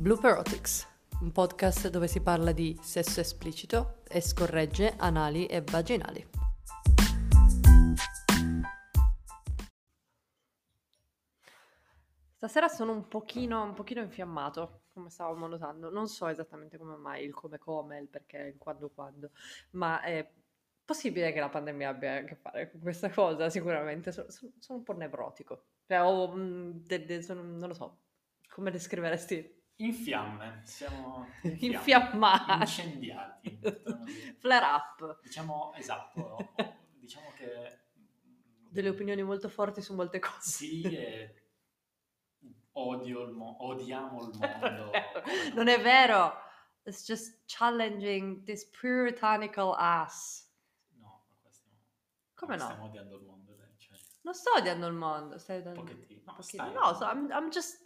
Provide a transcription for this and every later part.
Blooperotics, un podcast dove si parla di sesso esplicito e scorregge anali e vaginali. Stasera sono un pochino infiammato, come stavamo notando. Non so esattamente come mai, il come, il perché, il quando, ma è possibile che la pandemia abbia a che fare con questa cosa, sicuramente. Sono un po' nevrotico. Cioè, non lo so, come descriveresti? In fiamme, siamo Infiammati. incendiati, potremmo dire. Flare up. Diciamo, esatto, diciamo che Delle opinioni molto forti su molte cose. sì, e odiamo il mondo. Non è vero. It's just challenging this puritanical ass. No, questo no. Come no? Stiamo odiando il mondo, dai, cioè, Non sto odiando il mondo, stai odiando un pochettino. No, pochettino. stai No, odiando. I'm just...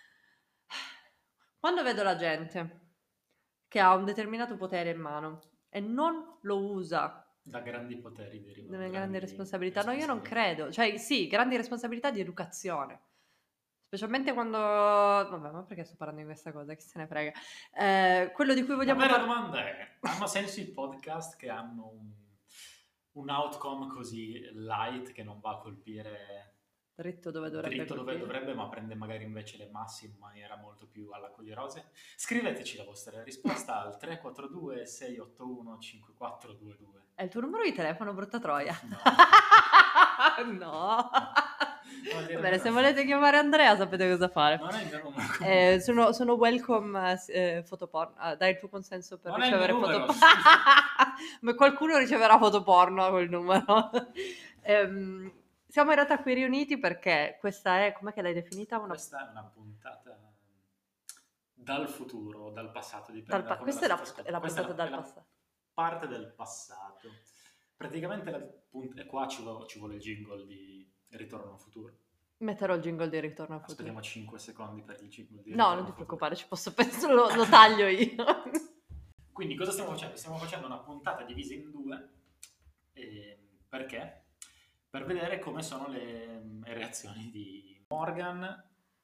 Quando vedo la gente che ha un determinato potere in mano e non lo usa, Da grandi poteri derivano delle grandi grandi responsabilità. No, io non responsabilità. credo. Cioè, sì, grandi responsabilità di educazione. Specialmente quando... Vabbè, ma perché sto parlando di questa cosa? Chi se ne frega? Quello di cui La vogliamo vera parlare... domanda è, hanno senso i podcast che hanno un outcome così light che non va a colpire Dritto dove dovrebbe dritto dove colpire. dovrebbe, ma prende magari invece le masse in maniera molto più all'acqua di rose? Scriveteci la vostra risposta al 342 681 5422. È il tuo numero di telefono, brutta troia? No. No. No, Va bene, se volete chiamare Andrea sapete cosa fare. Non è il mio numero. Sono welcome fotoporno. Dai il tuo consenso per Non è il mio ricevere numero. Ma qualcuno riceverà fotoporno a quel numero. Siamo in realtà qui riuniti perché questa è, com'è che l'hai definita? Questa è una puntata dal futuro, dal passato, dipende da come Questa la è state la ascoltando. Questa puntata dal è la passato. parte del passato. Praticamente e qua ci vuole il jingle di Ritorno al futuro. Metterò il jingle di Ritorno al futuro. Aspettiamo 5 secondi per il jingle di No, Ritorno non ti al futuro. preoccupare, ci posso pensare, lo taglio io. Quindi cosa stiamo facendo? Stiamo facendo una puntata divisa in due. Perché? Per vedere come sono le reazioni di Morgan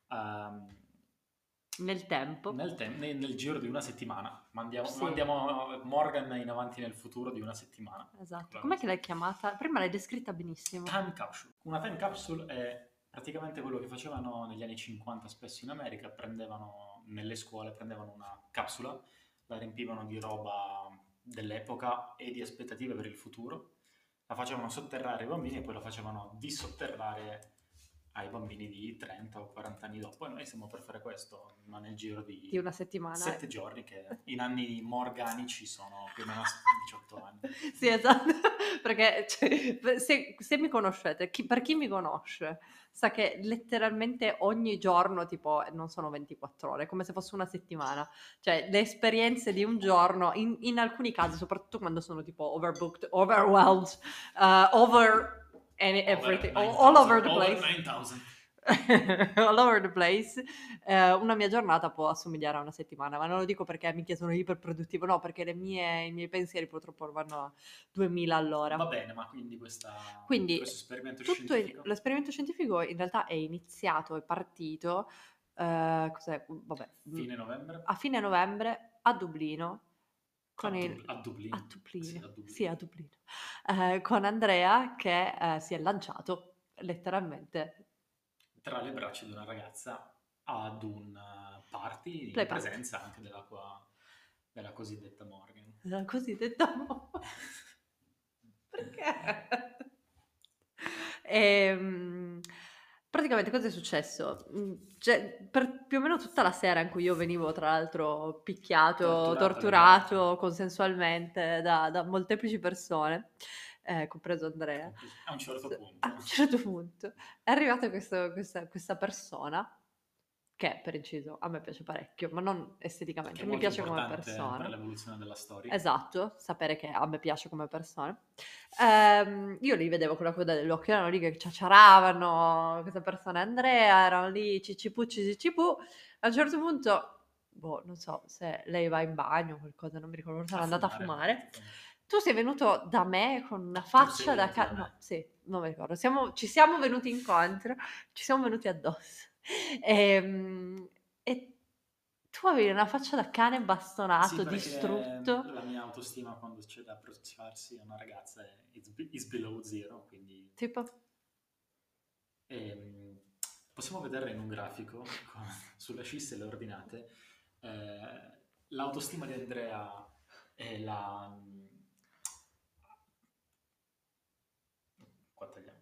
Nel tempo. nel giro di una settimana. Mandiamo Sì. Morgan in avanti nel futuro di una settimana. Esatto. Com'è che l'hai chiamata? Prima l'hai descritta benissimo. Time capsule. Una time capsule è praticamente quello che facevano negli anni 50 spesso in America, nelle scuole prendevano una capsula, la riempivano di roba dell'epoca e di aspettative per il futuro, la facevano sotterrare ai bambini e poi la facevano dissotterrare ai bambini di 30 o 40 anni dopo, e noi siamo per fare questo, ma nel giro di una settimana. 7 giorni, che in anni morganici sono più o meno 18 anni. Sì, esatto, perché cioè, se mi conoscete, per chi mi conosce, sa che letteralmente ogni giorno, tipo, non sono 24 ore, è come se fosse una settimana. Cioè, le esperienze di un giorno, in alcuni casi, soprattutto quando sono tipo overbooked, overwhelmed, everything, all over the place. Over 9000. All over the place. Una mia giornata può assomigliare a una settimana, ma non lo dico perché minchia sono iperproduttivo, no, perché i miei pensieri purtroppo vanno a 2000 all'ora. Va bene, ma quindi questo esperimento scientifico? L'esperimento scientifico in realtà è iniziato, è partito, cos'è? Vabbè, fine novembre? A fine novembre a Dublino. A Dublino. Sì, a Dublino. Con Andrea che si è lanciato letteralmente tra le braccia di una ragazza ad un party Play in presenza anche della cosiddetta Morgan. La cosiddetta Morgan. Perché? Praticamente cosa è successo? Cioè, per più o meno tutta la sera in cui io venivo tra l'altro picchiato, torturato consensualmente da molteplici persone, compreso Andrea. A un certo punto è arrivata questa persona che, per inciso, a me piace parecchio, ma non esteticamente, mi piace come persona. Per l'evoluzione della storia. Esatto, sapere che a me piace come persona. Io li vedevo con la coda dell'occhio, erano lì che ciaciaravano, questa persona Andrea, erano lì cicipù. A un certo punto, non so se lei va in bagno o qualcosa, non mi ricordo, forse era andata a fumare. Tu sei venuto da me con una faccia da... No, sì, non mi ricordo. Ci siamo venuti incontro, ci siamo venuti addosso. E Tu avevi una faccia da cane Sì, bastonato, perché distrutto. la mia autostima quando c'è da approcciarsi a una ragazza è is below zero, quindi Tipo, ehm, possiamo vedere in un grafico sulle scisse e le ordinate l'autostima di Andrea e la... Qua tagliamo.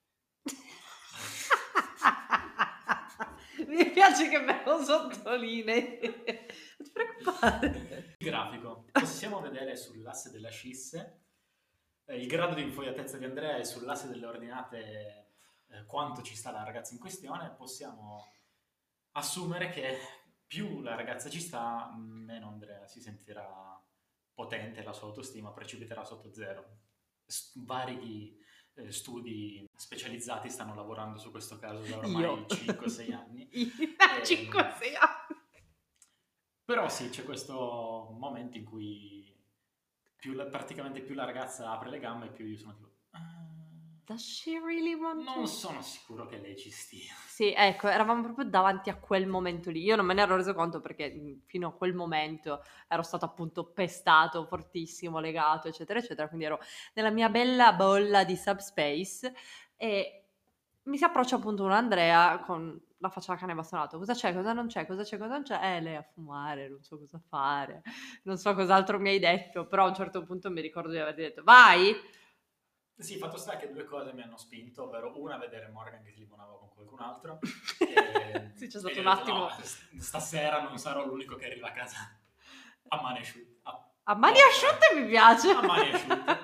mi piace che me lo sottolinei. Non ti preoccupare. Il grafico. Possiamo vedere sull'asse della scisse il grado di infoiatezza di Andrea e sull'asse delle ordinate quanto ci sta la ragazza in questione. Possiamo assumere che più la ragazza ci sta, meno Andrea si sentirà potente, la sua autostima precipiterà sotto zero. Vari studi specializzati stanno lavorando su questo caso da ormai Io. 5-6 anni. 5-6 anni. Però sì, c'è questo momento in cui praticamente più la ragazza apre le gambe, più io sono tipo... Does she really want non to? sono sicuro che lei ci stia. Sì, ecco, eravamo proprio davanti a quel momento lì. Io non me ne ero reso conto perché fino a quel momento ero stato appunto pestato, fortissimo, legato, eccetera, eccetera. Quindi ero nella mia bella bolla di subspace e mi si approccia appunto un Andrea con la faccia da cane bastonato. Cosa c'è? Cosa non c'è? Cosa c'è? Cosa non c'è? Lei a fumare, non so cosa fare, non so cos'altro mi hai detto, però a un certo punto mi ricordo di averti detto vai! Sì, fatto sta che due cose mi hanno spinto, ovvero una, vedere Morgan che si limonava con qualcun altro, e, Sì, c'è e stato io un ho detto, attimo. no, stasera non sarò l'unico che arriva a casa a mani asciutte. A mani asciutte mi piace! A mani asciutte.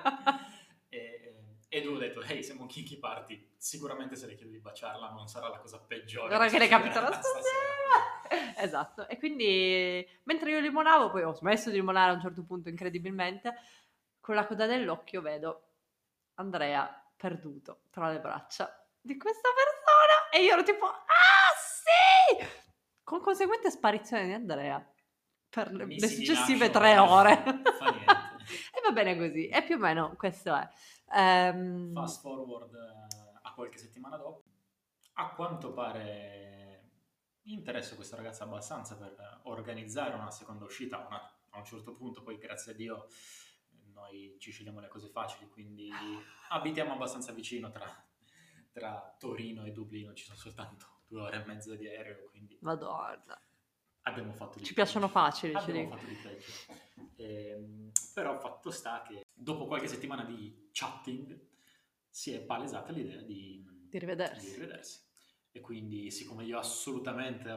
E lui ha detto, hey, siamo un kinky party, sicuramente se le chiedo di baciarla non sarà la cosa peggiore Ora che ne succederà capiterà stasera! Esatto, e quindi mentre io limonavo, poi ho smesso di limonare a un certo punto incredibilmente, con la coda dell'occhio vedo Andrea perduto tra le braccia di questa persona e io ero tipo, ah sì! Con conseguente sparizione di Andrea per le Misi di successive Nacho 3 non ore. fa niente. E va bene così, e più o meno questo è. Fast forward a qualche settimana dopo. A quanto pare interessa questa ragazza abbastanza per organizzare una seconda uscita. A un certo punto, poi grazie a Dio, noi ci scegliamo le cose facili, quindi abitiamo abbastanza vicino tra Torino e Dublino, ci sono soltanto 2 ore e mezza di aereo, quindi Madonna. abbiamo fatto di Ci peggio. piacciono facili, ci Abbiamo dico. fatto di peggio. Però fatto sta che dopo qualche settimana di chatting si è palesata l'idea Di rivedersi. rivedersi. E quindi, siccome io assolutamente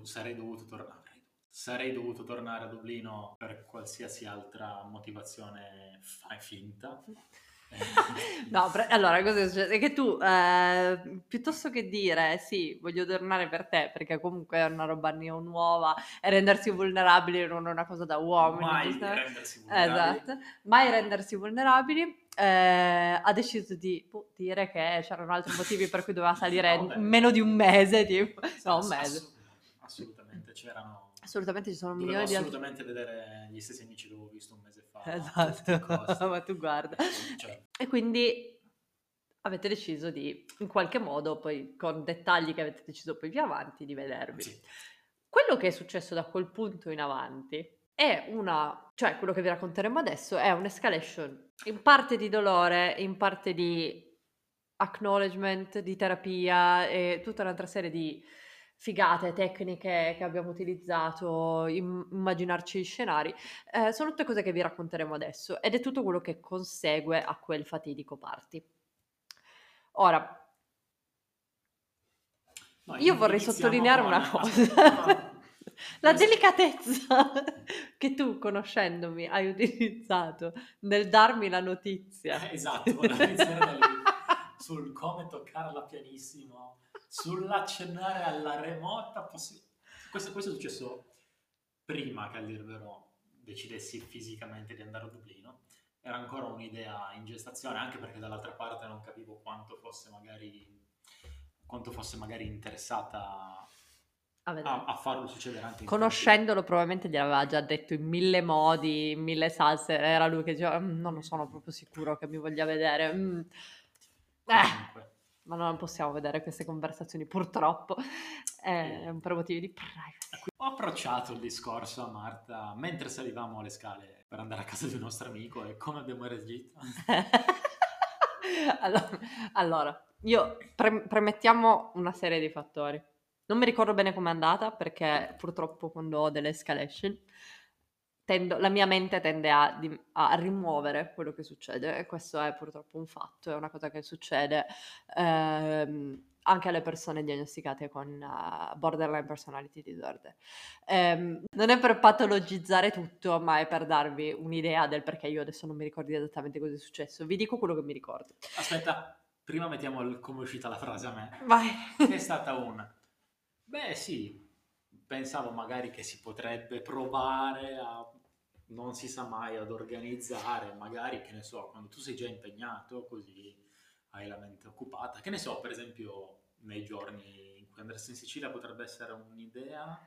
sarei dovuto tornare a Dublino per qualsiasi altra motivazione finta. No, allora cosa succede? È che tu, piuttosto che dire sì, voglio tornare per te, perché comunque è una roba nuova e rendersi vulnerabili non è una cosa da uomini, Mai giustamente. rendersi vulnerabili. Esatto, mai rendersi vulnerabili. Ha deciso di dire che c'erano altri motivi per cui doveva salire No, vabbè. meno di un mese, tipo. No, un mese. Assolutamente, c'erano... Assolutamente ci sono Dovevo milioni di altri. assolutamente vedere gli stessi amici che avevo visto un mese fa a tutti i Esatto, costi. ma tu guarda. Cioè, E quindi avete deciso di, in qualche modo, poi con dettagli che avete deciso poi più avanti, di vedervi. sì. Quello che è successo da quel punto in avanti è cioè quello che vi racconteremo adesso è un'escalation in parte di dolore, in parte di acknowledgement, di terapia e tutta un'altra serie di figate, tecniche che abbiamo utilizzato, immaginarci scenari. Sono tutte cose che vi racconteremo adesso ed è tutto quello che consegue a quel fatidico party. Ora, No, io vorrei iniziamo sottolineare con... una cosa. Aspetta, no. La delicatezza che tu, conoscendomi, hai utilizzato nel darmi la notizia. Esatto, volevo iniziare da lì. Sul come toccarla pianissimo, sull'accennare alla remota possibilità. Questo è successo prima che, a dir vero, decidessi fisicamente di andare a Dublino. Era ancora un'idea in gestazione, anche perché dall'altra parte non capivo quanto fosse magari interessata a farlo succedere anche in Conoscendolo, probabilmente gliel'aveva già detto in 1000 modi, in 1000 salse. Era lui che diceva: non lo sono proprio sicuro che mi voglia vedere. Comunque. Ma non possiamo vedere queste conversazioni, purtroppo, per motivi di privacy. Ok, approcciato il discorso a Marta mentre salivamo le scale per andare a casa di un nostro amico e come abbiamo reagito? Allora, io premettiamo una serie di fattori. Non mi ricordo bene com'è andata perché purtroppo quando ho delle escalation la mia mente tende a rimuovere quello che succede e questo è purtroppo un fatto, è una cosa che succede anche alle persone diagnosticate con borderline personality disorder. Non è per patologizzare tutto, ma è per darvi un'idea del perché io adesso non mi ricordo esattamente cosa è successo. Vi dico quello che mi ricordo. Aspetta, prima mettiamo come è uscita la frase a me. Vai. Che è stata una. Beh, sì, pensavo magari che si potrebbe provare a, non si sa mai, ad organizzare, magari, che ne so, quando tu sei già impegnato, così hai la mente occupata. Che ne so, per esempio, nei giorni in cui andresti in Sicilia potrebbe essere un'idea.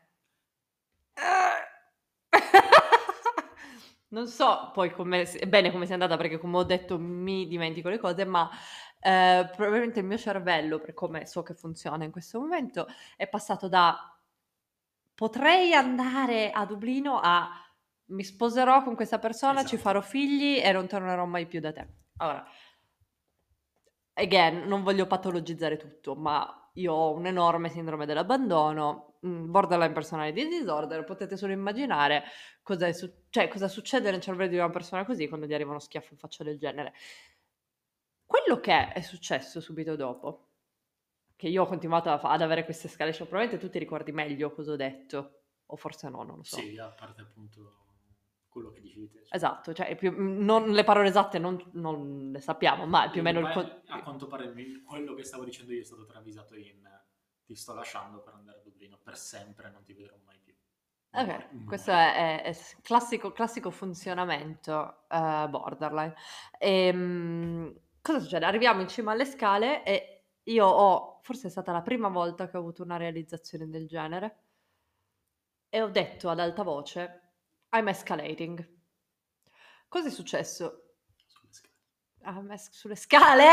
Non so poi bene come sia andata perché come ho detto mi dimentico le cose, ma probabilmente il mio cervello, per come so che funziona in questo momento, è passato da potrei andare a Dublino a mi sposerò con questa persona, ci Esatto. farò figli e non tornerò mai più da te. Allora, again, non voglio patologizzare tutto, ma io ho un enorme sindrome dell'abbandono, borderline personality disorder, potete solo immaginare cosa succede nel cervello di una persona così quando gli arriva uno schiaffo in faccia del genere. Quello che è successo subito dopo, che io ho continuato ad avere queste escalation, probabilmente tu ti ricordi meglio cosa ho detto, o forse no, non lo so. Sì, a parte appunto quello che dicevi te. Cioè. Esatto, cioè non le parole esatte non le sappiamo, ma è più o meno A quanto pare quello che stavo dicendo io è stato travisato in ti sto lasciando per andare a Dublino per sempre, non ti vedrò mai più. Ok, questo Muori. è classico funzionamento borderline. Cosa succede? Arriviamo in cima alle scale e forse è stata la prima volta che ho avuto una realizzazione del genere e ho detto ad alta voce, I'm escalating. Cosa è successo? Sulle scale. Sulle scale!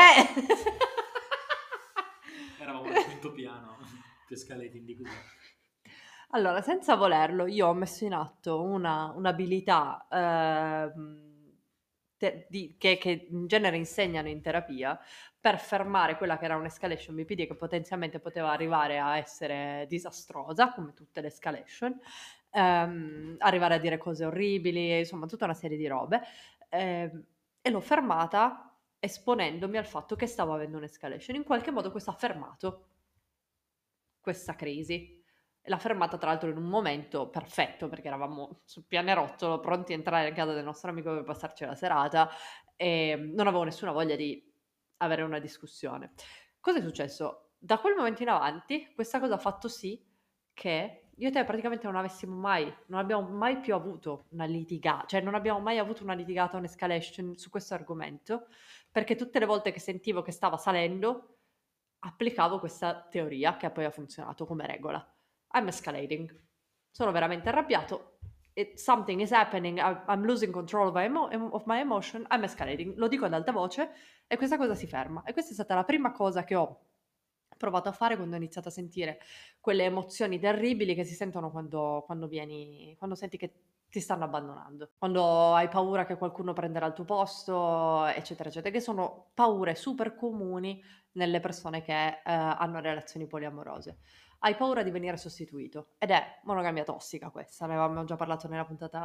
Eravamo al quinto piano, più scaletti di così. Allora, senza volerlo, io ho messo in atto un'abilità che in genere insegnano in terapia per fermare quella che era un'escalation BPD che potenzialmente poteva arrivare a essere disastrosa, come tutte le escalation, arrivare a dire cose orribili, insomma, tutta una serie di robe. E l'ho fermata esponendomi al fatto che stavo avendo un'escalation. In qualche modo questo ha fermato questa crisi. E l'ha fermata tra l'altro in un momento perfetto perché eravamo sul pianerottolo pronti a entrare in casa del nostro amico per passarci la serata e non avevo nessuna voglia di avere una discussione. Cosa è successo? Da quel momento in avanti questa cosa ha fatto sì che io e te praticamente non abbiamo mai più avuto una litigata, cioè non abbiamo mai avuto una litigata, un'escalation su questo argomento, perché tutte le volte che sentivo che stava salendo applicavo questa teoria che poi ha funzionato come regola. I'm escalating. Sono veramente arrabbiato. Something is happening. I'm losing control of my emotion. I'm escalating. Lo dico ad alta voce e questa cosa si ferma. E questa è stata la prima cosa che ho provato a fare quando ho iniziato a sentire quelle emozioni terribili che si sentono quando senti che ti stanno abbandonando, quando hai paura che qualcuno prenderà il tuo posto, eccetera, eccetera, che sono paure super comuni nelle persone che hanno relazioni poliamorose. Hai paura di venire sostituito ed è monogamia tossica questa, ne avevamo già parlato nella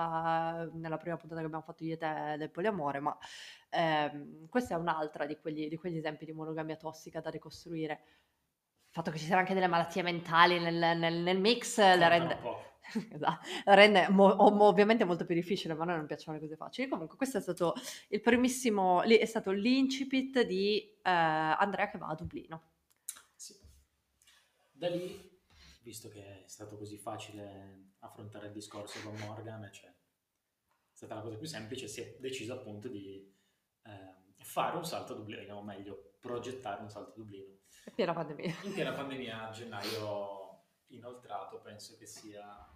prima puntata che abbiamo fatto io e te del poliamore, ma questa è un'altra di quegli esempi di monogamia tossica da ricostruire. Il fatto che ci siano anche delle malattie mentali nel mix le Contano rende, poco. esatto, la rende ovviamente molto più difficile, ma a noi non piacciono le cose facili. Comunque, questo è stato il primissimo, è stato l'incipit di Andrea che va a Dublino. Sì. Da lì, visto che è stato così facile affrontare il discorso con Morgan, cioè, è stata la cosa più semplice, si è deciso appunto di fare un salto a Dublino, o meglio, progettare un salto a Dublino. È piena pandemia. In piena pandemia, a gennaio inoltrato, penso che sia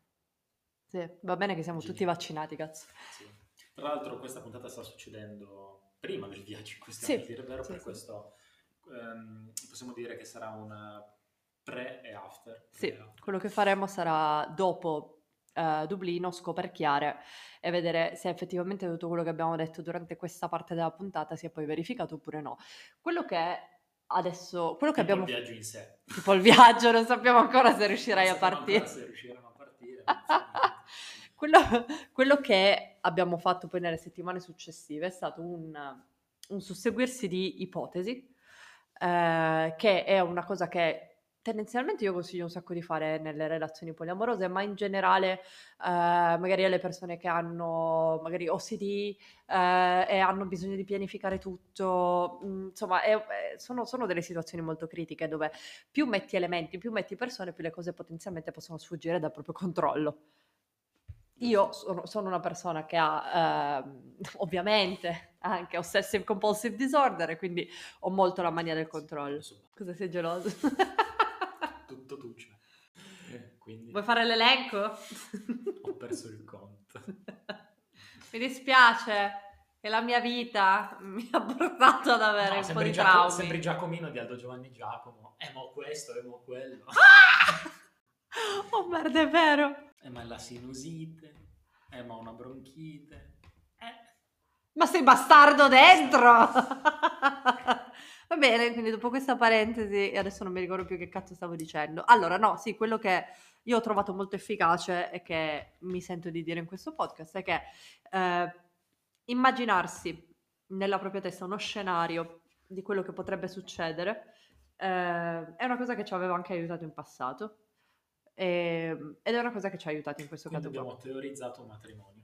Sì, va bene che siamo tutti gennaio. vaccinati, cazzo. Sì. Tra l'altro questa puntata sta succedendo prima del viaggio in questione, a Sì, dire il vero, sì, per sì. questo possiamo dire che sarà una pre e after. Sì, Pre e after. quello che faremo sarà dopo Dublino scoperchiare e vedere se effettivamente tutto quello che abbiamo detto durante questa parte della puntata si è poi verificato oppure no. Quello che adesso, quello che Tipo il abbiamo viaggio in sé. tipo il viaggio, non sappiamo ancora se Non riuscirai a sappiamo ancora partire. se riusciranno a partire, ma non fa niente. Quello, quello che abbiamo fatto poi nelle settimane successive è stato un susseguirsi di ipotesi, che è una cosa che tendenzialmente io consiglio un sacco di fare nelle relazioni poliamorose, ma in generale, magari alle persone che hanno magari OCD, e hanno bisogno di pianificare tutto, insomma, sono delle situazioni molto critiche dove più metti elementi, più metti persone, più le cose potenzialmente possono sfuggire dal proprio controllo. Io sono una persona che ha ovviamente anche obsessive compulsive disorder e quindi ho molto la mania del controllo. Adesso Cosa sei geloso? tutto tu, cioè. Quindi Vuoi fare l'elenco? ho perso il conto. Mi dispiace che la mia vita mi ha portato ad avere No, un po' sembri, di traumi. sembri Giacomino di Aldo Giovanni Giacomo. Mo questo, mo quello. Oh merda, è vero. Ma è la sinusite. Ma una bronchite. Ma sei bastardo dentro! Va bene, quindi dopo questa parentesi, e adesso non mi ricordo più che cazzo stavo dicendo. Allora, no, sì, quello che io ho trovato molto efficace e che mi sento di dire in questo podcast è che immaginarsi nella propria testa uno scenario di quello che potrebbe succedere è una cosa che ci aveva anche aiutato in passato ed è una cosa che ci ha aiutato in questo Quindi caso qua. abbiamo teorizzato un matrimonio.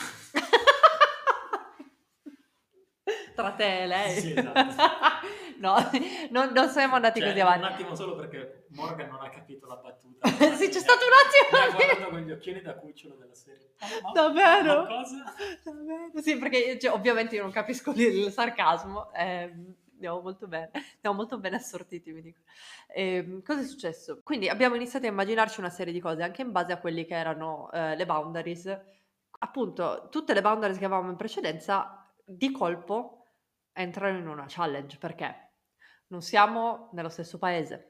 Tra te e lei. Sì, esatto. No, non siamo andati Cioè, così un avanti. attimo solo perché Morgan non ha capito la battuta. Sì, c'è stato un Mi ha attimo guardato con gli occhiali da cucciolo della serie. Ma davvero? cosa? Davvero? Sì, perché cioè, ovviamente io non capisco il sarcasmo, andiamo molto bene assortiti, mi dico. Cosa è successo? Quindi abbiamo iniziato a immaginarci una serie di cose anche in base a quelli che erano le boundaries. Appunto, tutte le boundaries che avevamo in precedenza di colpo entrano in una challenge perché non siamo nello stesso paese.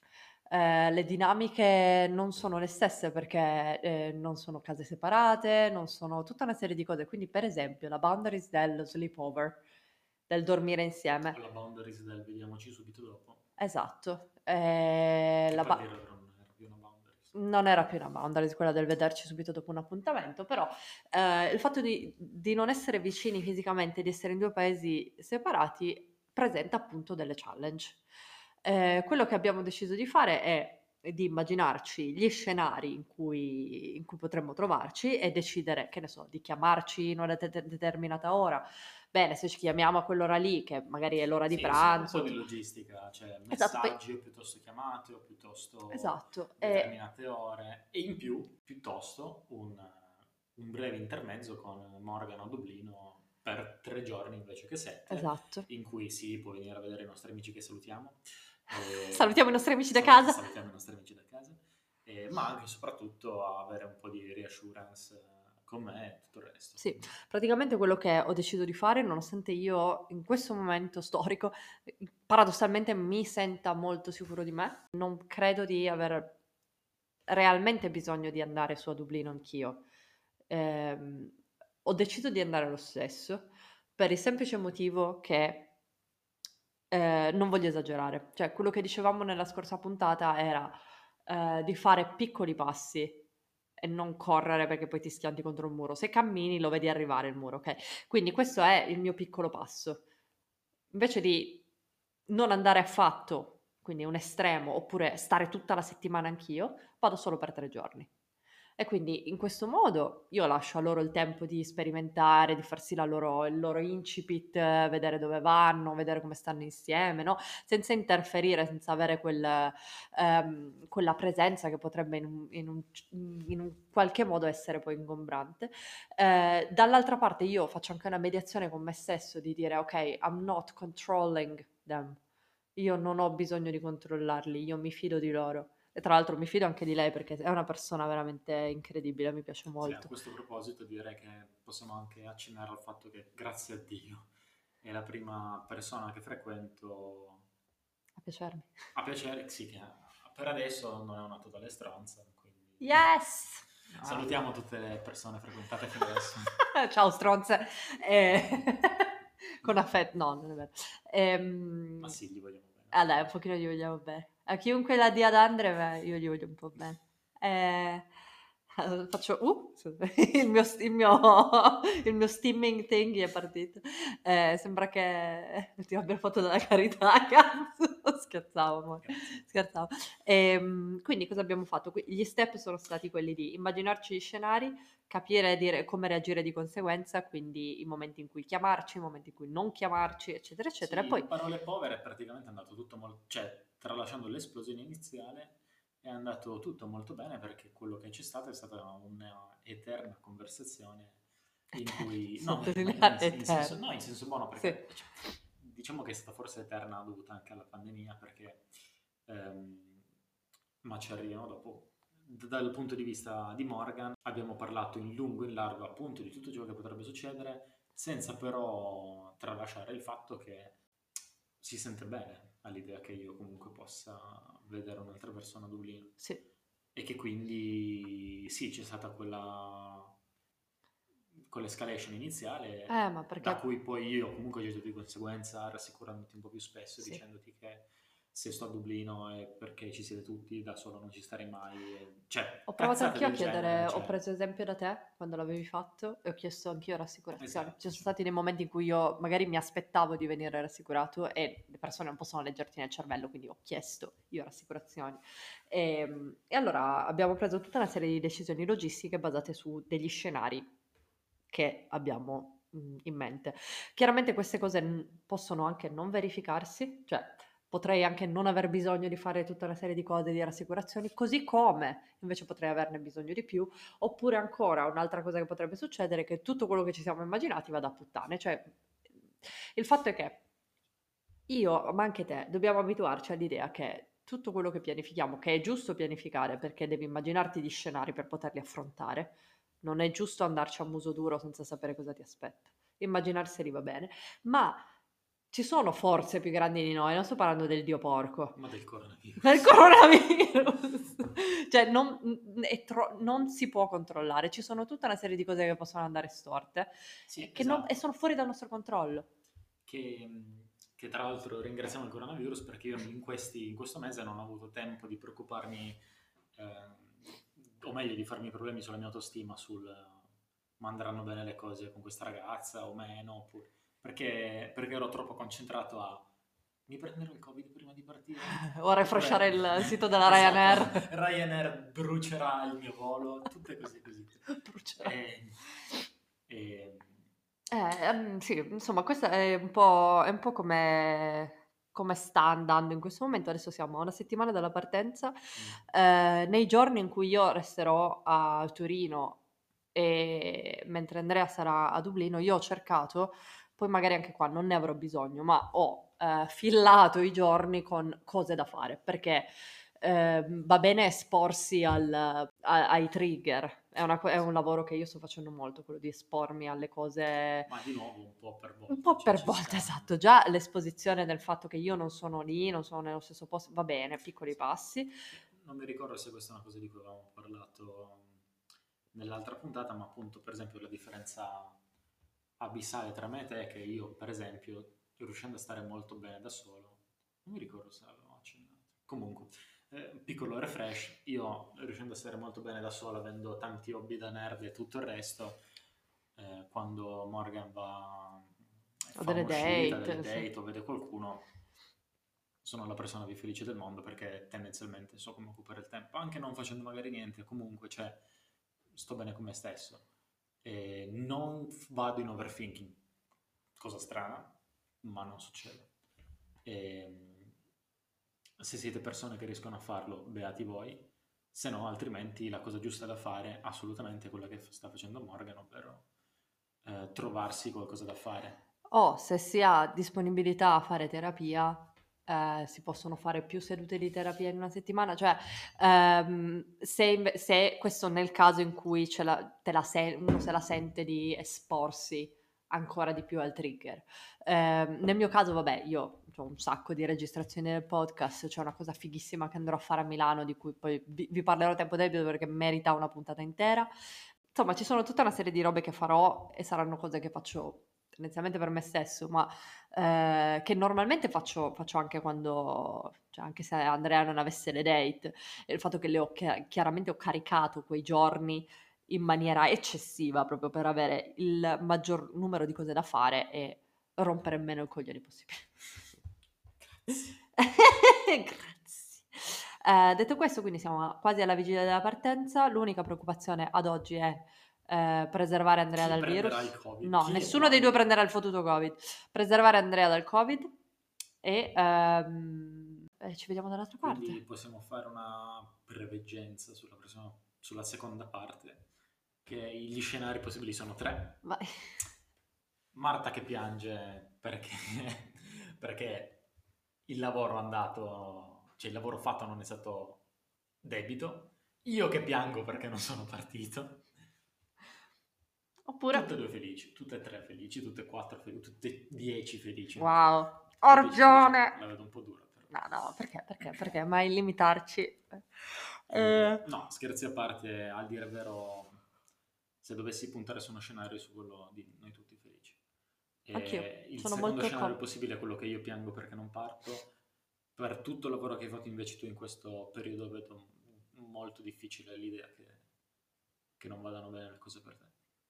Le dinamiche non sono le stesse perché non sono case separate, non sono tutta una serie di cose. Quindi, per esempio, la boundaries del sleepover, del dormire insieme. La boundaries del vediamoci subito dopo. Esatto. Che La poi a ba- dirla però non era più una boundaries. non era più una boundaries quella del vederci subito dopo un appuntamento, però il fatto di non essere vicini fisicamente, di essere in due paesi separati, presenta appunto delle challenge. Quello che abbiamo deciso di fare è di immaginarci gli scenari in cui potremmo trovarci e decidere, che ne so, di chiamarci in una determinata ora. Bene, se ci chiamiamo a quell'ora lì, che magari è l'ora di Sì, un po' pranzo. di logistica, cioè Esatto, poi, messaggi o piuttosto chiamate o piuttosto esatto. determinate ore e in più piuttosto un breve intermezzo con Morgan a Dublino per 3 giorni invece che 7, Esatto. in cui si può venire a vedere i nostri amici che salutiamo. Salutiamo i nostri amici da casa. Salutiamo i nostri amici da casa, ma anche e soprattutto avere un po' di reassurance con me e tutto il resto. Sì, praticamente quello che ho deciso di fare, nonostante io in questo momento storico paradossalmente mi senta molto sicuro di me, non credo di aver realmente bisogno di andare su a Dublino anch'io. Ehm, Ho deciso di andare lo stesso per il semplice motivo che non voglio esagerare. Cioè, quello che dicevamo nella scorsa puntata era di fare piccoli passi e non correre perché poi ti schianti contro un muro. Se cammini lo vedi arrivare il muro, ok? Quindi questo è il mio piccolo passo. Invece di non andare affatto, quindi un estremo, oppure stare tutta la settimana anch'io, vado solo per 3 giorni. E quindi in questo modo io lascio a loro il tempo di sperimentare, di farsi il loro incipit, vedere dove vanno, vedere come stanno insieme, no? Senza interferire, senza avere quella presenza che potrebbe in un qualche modo essere poi ingombrante. Dall'altra parte io faccio anche una mediazione con me stesso di dire ok, I'm not controlling them. Io non ho bisogno di controllarli, io mi fido di loro. E tra l'altro mi fido anche di lei perché è una persona veramente incredibile, mi piace Sì, a molto. questo proposito direi che possiamo anche accennare al fatto che, grazie a Dio, è la prima persona che frequento A piacermi. a piacere, sì, che per adesso non è una totale stronza, quindi Yes! salutiamo tutte le persone frequentate fino adesso. Ciao stronze. Con affetto, no, non è vero. Ma sì, gli vogliamo bene. Ah dai, un pochino gli vogliamo bene. A chiunque la dia ad Andre, beh, io gli voglio un po' bene. Faccio, il mio, il mio steaming thingy è partito. Sembra che ti abbia fatto della carità, cazzo. Scherzavo, amore. Grazie. Scherzavo. Quindi cosa abbiamo fatto? Gli step sono stati quelli di immaginarci gli scenari, capire e dire come reagire di conseguenza, quindi i momenti in cui chiamarci, i momenti in cui non chiamarci, eccetera, eccetera. E Sì, poi in parole povere praticamente è andato tutto molto, cioè tralasciando l'esplosione iniziale è andato tutto molto bene perché quello che c'è stato è stata una eterna conversazione in cui, no, sottolineare in senso, eterno. no, in senso buono Sì. perché cioè, diciamo che è stata forse eterna dovuta anche alla pandemia perché ma ci arriviamo dopo. Dal punto di vista di Morgan abbiamo parlato in lungo e in largo appunto di tutto ciò che potrebbe succedere senza però tralasciare il fatto che si sente bene all'idea che io comunque possa vedere un'altra persona a Dublino Sì. e che quindi sì, c'è stata quell'escalation iniziale Ma da perché cui poi io comunque ho agito di conseguenza rassicurandoti un po' più spesso sì. dicendoti che se sto a Dublino è perché ci siete tutti, da solo non ci starei mai, cioè Ho provato cazzate anch'io a del genere, chiedere, ho cioè preso esempio da te quando l'avevi fatto e ho chiesto anch'io rassicurazioni. Ci esatto, sono cioè. stati dei momenti in cui io magari mi aspettavo di venire rassicurato e le persone non possono leggerti nel cervello, quindi ho chiesto io rassicurazioni. E allora abbiamo preso tutta una serie di decisioni logistiche basate su degli scenari che abbiamo in mente. Chiaramente queste cose possono anche non verificarsi, cioè potrei anche non aver bisogno di fare tutta una serie di cose, di rassicurazioni, così come invece potrei averne bisogno di più, oppure ancora un'altra cosa che potrebbe succedere è che tutto quello che ci siamo immaginati vada a puttane, cioè il fatto è che io, ma anche te, dobbiamo abituarci all'idea che tutto quello che pianifichiamo, che è giusto pianificare perché devi immaginarti gli scenari per poterli affrontare, non è giusto andarci a muso duro senza sapere cosa ti aspetta. Immaginarseli va bene, ma ci sono forze più grandi di noi, non sto parlando del dio porco, Ma del coronavirus. del coronavirus. Cioè, non si può controllare, ci sono tutta una serie di cose che possono andare storte Sì, e esatto. sono fuori dal nostro controllo. Che, che tra l'altro ringraziamo il coronavirus perché io in questo mese non ho avuto tempo di preoccuparmi, o meglio di farmi problemi sulla mia autostima, sul ma andranno bene le cose con questa ragazza o meno, perché ero troppo concentrato a mi prenderò il Covid prima di partire? O a refreshare Oppure, il sito della esatto, Ryanair. Ryanair brucerà il mio volo, tutte così così. Brucerà. E, e- Sì, insomma, questo è un po' come sta andando in questo momento. Adesso siamo a una settimana dalla partenza. Nei giorni in cui io resterò a Torino e mentre Andrea sarà a Dublino, io ho cercato, poi magari anche qua non ne avrò bisogno, ma ho fillato i giorni con cose da fare, perché va bene esporsi ai trigger. È un lavoro che io sto facendo molto, quello di espormi alle cose ma di nuovo un po' per un volta, po' cioè per ci volta, sta. esatto. Già l'esposizione del fatto che io non sono lì, non sono nello stesso posto, va bene, piccoli passi. Non mi ricordo se questa è una cosa di cui avevamo parlato nell'altra puntata, ma appunto per esempio la differenza abissale tra me e te è che io per esempio riuscendo a stare molto bene da solo, non mi ricordo se l'avevamo accennato. Comunque, piccolo refresh, io riuscendo a stare molto bene da solo, avendo tanti hobby da nerd e tutto il resto, quando Morgan va Ho fa delle un'uscita, delle date, sì. date o vede qualcuno, sono la persona più felice del mondo perché tendenzialmente so come occupare il tempo, anche non facendo magari niente, comunque cioè, sto bene con me stesso e non vado in overthinking, cosa strana, ma non succede. E, se siete persone che riescono a farlo, beati voi, se no altrimenti la cosa giusta da fare assolutamente è quella che sta facendo Morgan, ovvero trovarsi qualcosa da fare. O se si ha disponibilità a fare terapia, si possono fare più sedute di terapia in una settimana, cioè se questo nel caso in cui uno se la sente di esporsi ancora di più al trigger. Nel mio caso, vabbè, io ho un sacco di registrazioni del podcast, c'è una cosa fighissima che andrò a fare a Milano, di cui poi vi parlerò a tempo debito perché merita una puntata intera. Insomma, ci sono tutta una serie di robe che farò e saranno cose che faccio tendenzialmente per me stesso, ma che normalmente faccio anche quando, cioè anche se Andrea non avesse le date, e il fatto che chiaramente ho caricato quei giorni in maniera eccessiva proprio per avere il maggior numero di cose da fare e rompere meno i coglioni possibile. Grazie. Detto questo, quindi siamo quasi alla vigilia della partenza. L'unica preoccupazione ad oggi è preservare Andrea Chi dal prenderà virus. il Covid? No, Chi e nessuno dei due quando? prenderà il fottuto Covid. Preservare Andrea dal Covid e ci vediamo dall'altra Quindi parte. possiamo fare una preveggenza sulla seconda parte, che gli scenari possibili sono 3. Vai. Marta che piange perché, perché il lavoro cioè il lavoro fatto non è stato debito. Io che piango perché non sono partito. Oppure, Tutte e due felici, tutte e tre felici, tutte e quattro felici, tutte e 10 felici. wow, ho Tutte e 10 felici la ragione. vedo un po' dura però. No, perché? Perché mai limitarci? No, scherzi a parte, al dire il vero, se dovessi puntare su uno scenario su quello di noi tutti felici. Anch'io Il sono secondo molto scenario possibile è quello che io piango perché non parto. Per tutto il lavoro che hai fatto invece tu in questo periodo vedo molto difficile l'idea che non vadano bene le cose per te.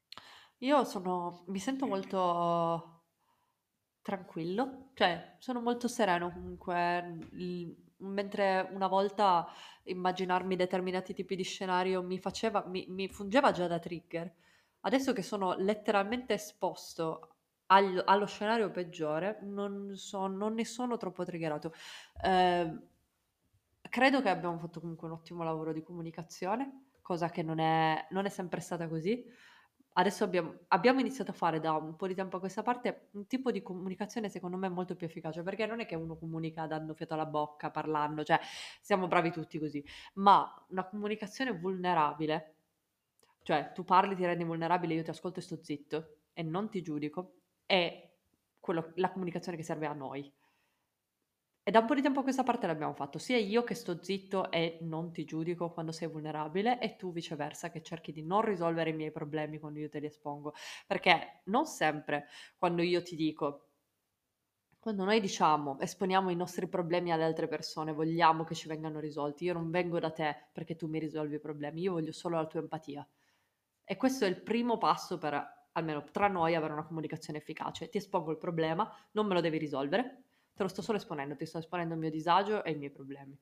mi sento molto tranquillo, cioè sono molto sereno comunque, mentre una volta immaginarmi determinati tipi di scenario mi fungeva già da trigger. Adesso che sono letteralmente esposto allo scenario peggiore, non ne sono troppo triggerato. Eh, Credo che abbiamo fatto comunque un ottimo lavoro di comunicazione, cosa che non è sempre stata così. Adesso abbiamo iniziato a fare da un po' di tempo a questa parte un tipo di comunicazione secondo me molto più efficace, perché non è che uno comunica dando fiato alla bocca, parlando, cioè siamo bravi tutti così, ma una comunicazione vulnerabile, cioè tu parli, ti rendi vulnerabile, io ti ascolto e sto zitto e non ti giudico, è la comunicazione che serve a noi. E da un po' di tempo a questa parte l'abbiamo fatto, sia io che sto zitto e non ti giudico quando sei vulnerabile, e tu viceversa che cerchi di non risolvere i miei problemi quando io te li espongo. Perché non sempre quando io ti dico, quando noi diciamo, esponiamo i nostri problemi alle altre persone, vogliamo che ci vengano risolti. Io non vengo da te perché tu mi risolvi i problemi, io voglio solo la tua empatia. E questo è il primo passo per, almeno tra noi, avere una comunicazione efficace. Ti espongo il problema, non me lo devi risolvere, te lo sto solo esponendo, ti sto esponendo il mio disagio e i miei problemi.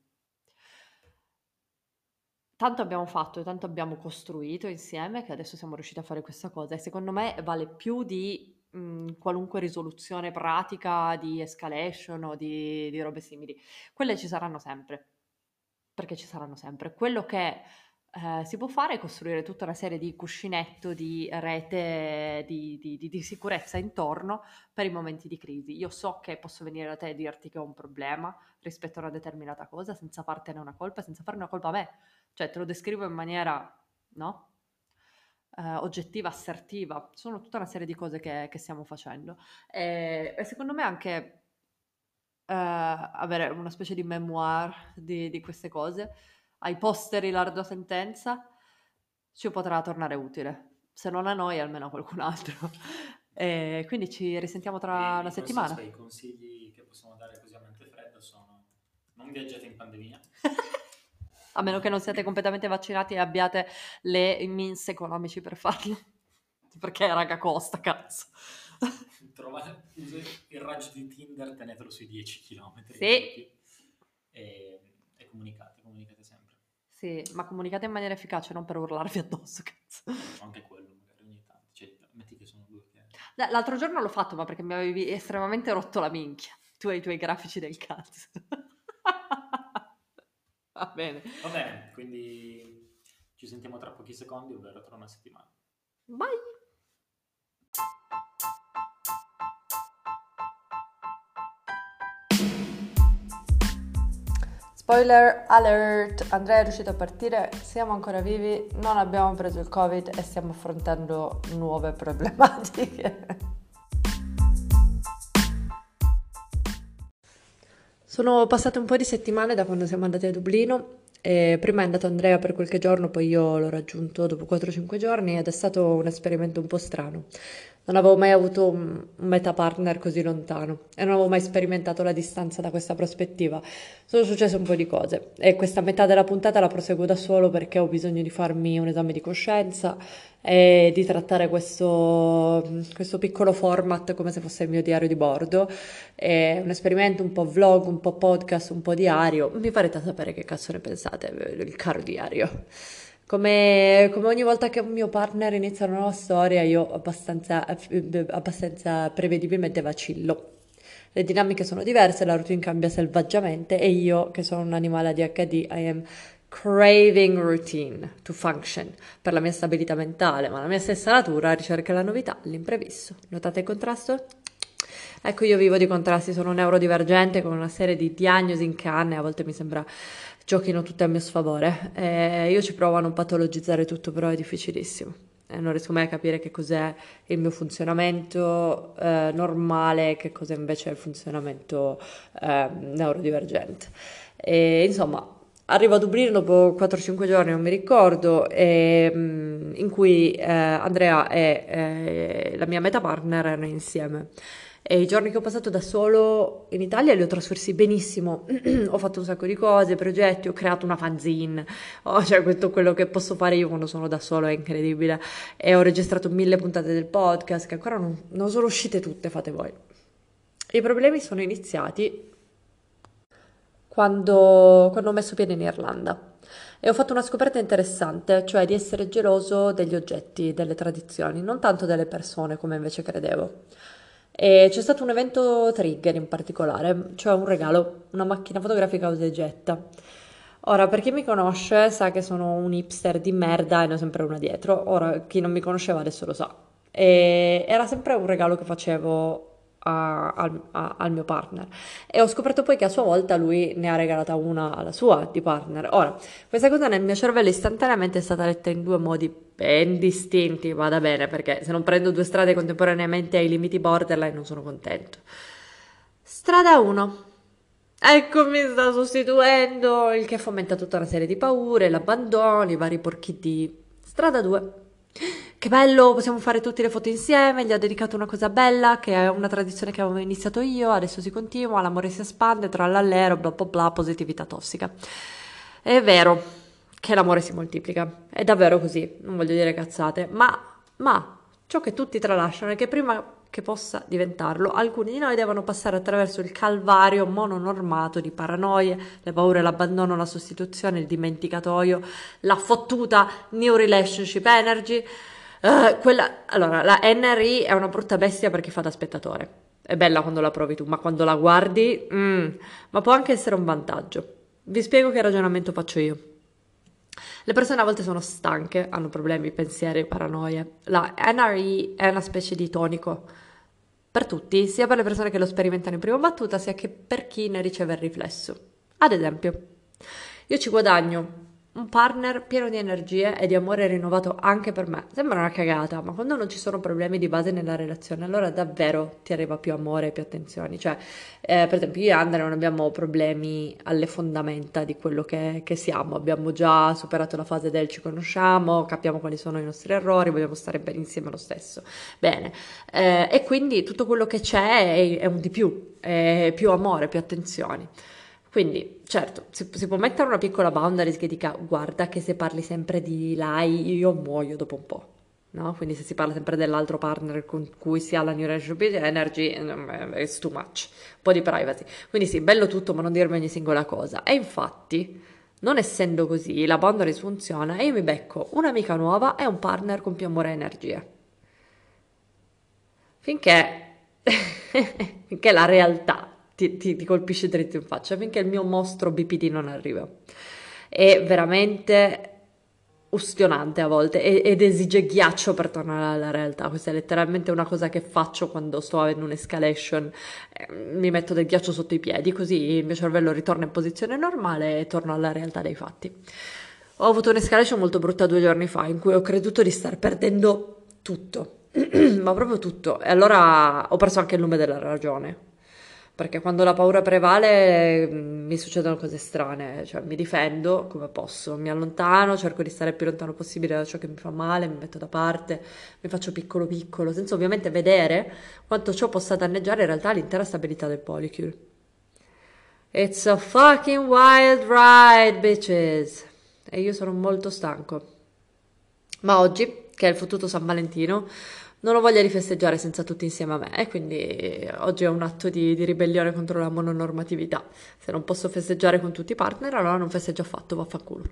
Tanto abbiamo fatto e tanto abbiamo costruito insieme che adesso siamo riusciti a fare questa cosa, e secondo me vale più di qualunque risoluzione pratica, di escalation o di robe simili. Quelle ci saranno sempre, perché ci saranno sempre. Quello che si può fare è costruire tutta una serie di cuscinetto, di rete di sicurezza intorno per i momenti di crisi. Io so che posso venire da te e dirti che ho un problema rispetto a una determinata cosa senza fartene una colpa, senza fare una colpa a me. Cioè te lo descrivo in maniera, no? Oggettiva, assertiva. Sono tutta una serie di cose che stiamo facendo. E secondo me anche avere una specie di memoir di queste cose, ai posteri l'ardua sentenza, ci potrà tornare utile. Se non a noi, almeno a qualcun altro. E quindi ci risentiamo tra una Di questo, settimana. i consigli che possiamo dare così a mente fredda sono: non viaggiate in pandemia. A meno che non siate completamente vaccinati e abbiate i means economici per farlo. Perché, raga, costa, cazzo. Usa il raggio di Tinder, tenetelo sui 10 km, non di più. Sì, E comunicate sempre. sì, ma comunicate in maniera efficace, non per urlarvi addosso, cazzo. Anche quello, magari ogni tanto. Cioè, metti che sono due che... L'altro giorno l'ho fatto, ma perché mi avevi estremamente rotto la minchia. Tu e i tuoi grafici del cazzo. Va bene. Va bene, quindi ci sentiamo tra pochi secondi, ovvero tra una settimana. Bye. Spoiler alert, Andrea è riuscito a partire, siamo ancora vivi, non abbiamo preso il Covid e stiamo affrontando nuove problematiche. Sono passate un po' di settimane da quando siamo andati a Dublino e prima è andato Andrea per qualche giorno, poi io l'ho raggiunto dopo 4-5 giorni ed è stato un esperimento un po' strano. Non avevo mai avuto un meta partner così lontano e non avevo mai sperimentato la distanza da questa prospettiva. Sono successe un po' di cose e questa metà della puntata la proseguo da solo perché ho bisogno di farmi un esame di coscienza e di trattare questo piccolo format come se fosse il mio diario di bordo. È un esperimento un po' vlog, un po' podcast, un po' diario. Mi farete sapere che cazzo ne pensate, il caro diario. Come ogni volta che un mio partner inizia una nuova storia, io abbastanza prevedibilmente vacillo. Le dinamiche sono diverse, la routine cambia selvaggiamente e io, che sono un animale ADHD, I am craving routine to function per la mia stabilità mentale, ma la mia stessa natura ricerca la novità, l'imprevisto. Notate il contrasto? Ecco, io vivo di contrasti, sono neurodivergente con una serie di diagnosi in canne, a volte mi sembra giochino tutte a mio sfavore. Io ci provo a non patologizzare tutto, però è difficilissimo. Non riesco mai a capire che cos'è il mio funzionamento normale, che cos'è invece il funzionamento neurodivergente. Insomma, arrivo a Dublino dopo 4-5 giorni, non mi ricordo, in cui Andrea e la mia meta partner erano insieme. E i giorni che ho passato da solo in Italia li ho trascorsi benissimo. Ho fatto un sacco di cose, progetti, ho creato una fanzine, cioè tutto quello che posso fare io quando sono da solo è incredibile. E ho registrato 1000 puntate del podcast che ancora non sono uscite tutte, fate voi. I problemi sono iniziati quando ho messo piede in Irlanda. E ho fatto una scoperta interessante, cioè di essere geloso degli oggetti, delle tradizioni, non tanto delle persone come invece credevo. E c'è stato un evento trigger in particolare, cioè un regalo, una macchina fotografica usa e getta. Ora, per chi mi conosce sa che sono un hipster di merda e ne ho sempre una dietro. Ora, chi non mi conosceva adesso lo sa. E era sempre un regalo che facevo al mio partner. E ho scoperto poi che a sua volta lui ne ha regalata una alla sua di partner. Ora, questa cosa nel mio cervello istantaneamente è stata letta in due modi ben distinti, vada bene, perché se non prendo due strade contemporaneamente ai limiti borderline non sono contento. Strada 1. Ecco, mi sta sostituendo, il che fomenta tutta una serie di paure, l'abbandono, i vari porchi. Strada 2. Che bello, possiamo fare tutte le foto insieme, gli ho dedicato una cosa bella, che è una tradizione che avevo iniziato io, adesso si continua, l'amore si espande, trallallero, bla bla bla, positività tossica. È vero che l'amore si moltiplica, è davvero così, non voglio dire cazzate, ma ciò che tutti tralasciano è che prima che possa diventarlo, alcuni di noi devono passare attraverso il calvario mononormato di paranoie, le paure, l'abbandono, la sostituzione, il dimenticatoio, la fottuta new relationship energy. Allora, la NRI è una brutta bestia per chi fa da spettatore. È bella quando la provi tu, ma quando la guardi, ma può anche essere un vantaggio. Vi spiego che ragionamento faccio io. Le persone a volte sono stanche, hanno problemi, pensieri, paranoie. La NRE è una specie di tonico per tutti, sia per le persone che lo sperimentano in prima battuta, sia che per chi ne riceve il riflesso. Ad esempio, io ci guadagno un partner pieno di energie e di amore rinnovato anche per me. Sembra una cagata, ma quando non ci sono problemi di base nella relazione, allora davvero ti arriva più amore e più attenzioni. Cioè, per esempio, io e Andrea non abbiamo problemi alle fondamenta di quello che siamo. Abbiamo già superato la fase del ci conosciamo, capiamo quali sono i nostri errori, vogliamo stare bene insieme lo stesso. Bene. E quindi tutto quello che c'è è un di più, è più amore, più attenzioni. Quindi, certo, si può mettere una piccola boundary che dica guarda che se parli sempre di lei io muoio dopo un po', no? Quindi se si parla sempre dell'altro partner con cui si ha la new relationship energy, it's too much, un po' di privacy. Quindi sì, bello tutto, ma non dirmi ogni singola cosa. E infatti, non essendo così, la boundary funziona e io mi becco un'amica nuova e un partner con più amore e energie. Finché, finché la realtà ti colpisce dritto in faccia, finché il mio mostro BPD non arriva. È veramente ustionante a volte ed esige ghiaccio per tornare alla realtà. Questa è letteralmente una cosa che faccio quando sto avendo un'escalation. Mi metto del ghiaccio sotto i piedi, così il mio cervello ritorna in posizione normale e torno alla realtà dei fatti. Ho avuto un'escalation molto brutta 2 giorni fa in cui ho creduto di star perdendo tutto, ma proprio tutto. E allora ho perso anche il nome della ragione. perché quando la paura prevale mi succedono cose strane, cioè mi difendo come posso, mi allontano, cerco di stare il più lontano possibile da ciò che mi fa male, mi metto da parte, mi faccio piccolo piccolo, senza ovviamente vedere quanto ciò possa danneggiare in realtà l'intera stabilità del polycule. It's a fucking wild ride, bitches! E io sono molto stanco. Ma oggi, che è il fottuto San Valentino, non ho voglia di festeggiare senza tutti insieme a me, e quindi oggi è un atto di ribellione contro la mononormatività. Se non posso festeggiare con tutti i partner, allora non festeggio affatto, vaffanculo.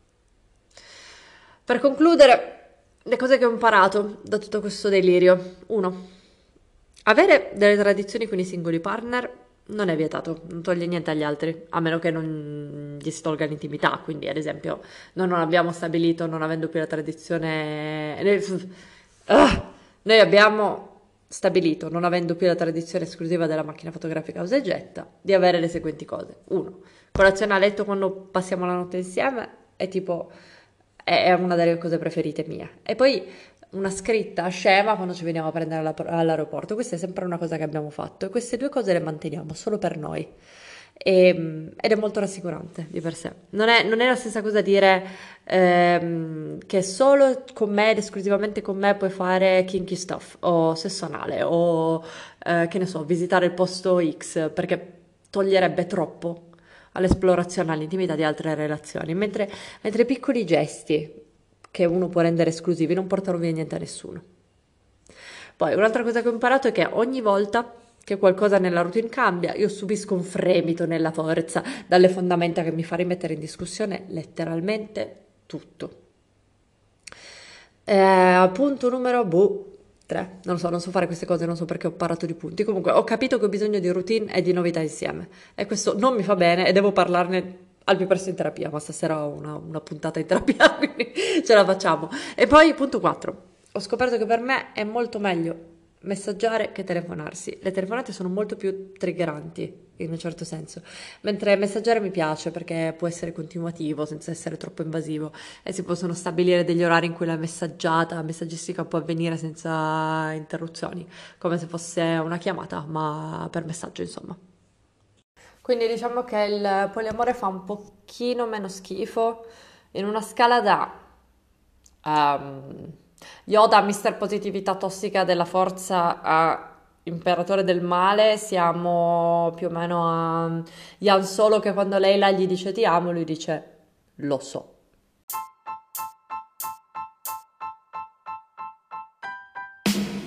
Per concludere, le cose che ho imparato da tutto questo delirio. 1. Avere delle tradizioni con i singoli partner non è vietato, non toglie niente agli altri, a meno che non gli si tolga l'intimità. Quindi, ad esempio, noi non abbiamo stabilito, non avendo più la tradizione... Noi abbiamo stabilito, non avendo più la tradizione esclusiva della macchina fotografica usa e getta, di avere le seguenti cose. 1. Colazione a letto quando passiamo la notte insieme è tipo... è una delle cose preferite mie. E poi una scritta scema quando ci veniamo a prendere all'aeroporto. Questa è sempre una cosa che abbiamo fatto e queste due cose le manteniamo solo per noi. Ed è molto rassicurante di per sé. Non è la stessa cosa dire che solo con me ed esclusivamente con me puoi fare kinky stuff o sesso anale o che ne so, visitare il posto X, perché toglierebbe troppo all'esplorazione, all'intimità di altre relazioni, mentre i piccoli gesti che uno può rendere esclusivi non portano via niente a nessuno. Poi un'altra cosa che ho imparato è che ogni volta che qualcosa nella routine cambia, io subisco un fremito nella forza dalle fondamenta che mi fa rimettere in discussione letteralmente tutto. Punto numero 3. Non so fare queste cose, non so perché ho parato di punti. Comunque ho capito che ho bisogno di routine e di novità insieme. E questo non mi fa bene e devo parlarne al più presto in terapia, ma stasera ho una puntata in terapia, quindi ce la facciamo. E poi punto 4. Ho scoperto che per me è molto meglio messaggiare che telefonarsi. Le telefonate sono molto più triggeranti in un certo senso, mentre messaggiare mi piace perché può essere continuativo senza essere troppo invasivo e si possono stabilire degli orari in cui la messaggistica può avvenire senza interruzioni, come se fosse una chiamata, ma per messaggio, insomma. Quindi diciamo che il poliamore fa un pochino meno schifo in una scala da Yoda, Mister Positività Tossica della Forza a Imperatore del Male, siamo più o meno a Yan Solo che quando Leila gli dice ti amo, lui dice lo so.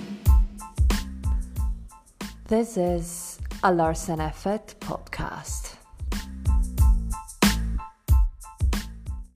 This is a Larsen Effect podcast.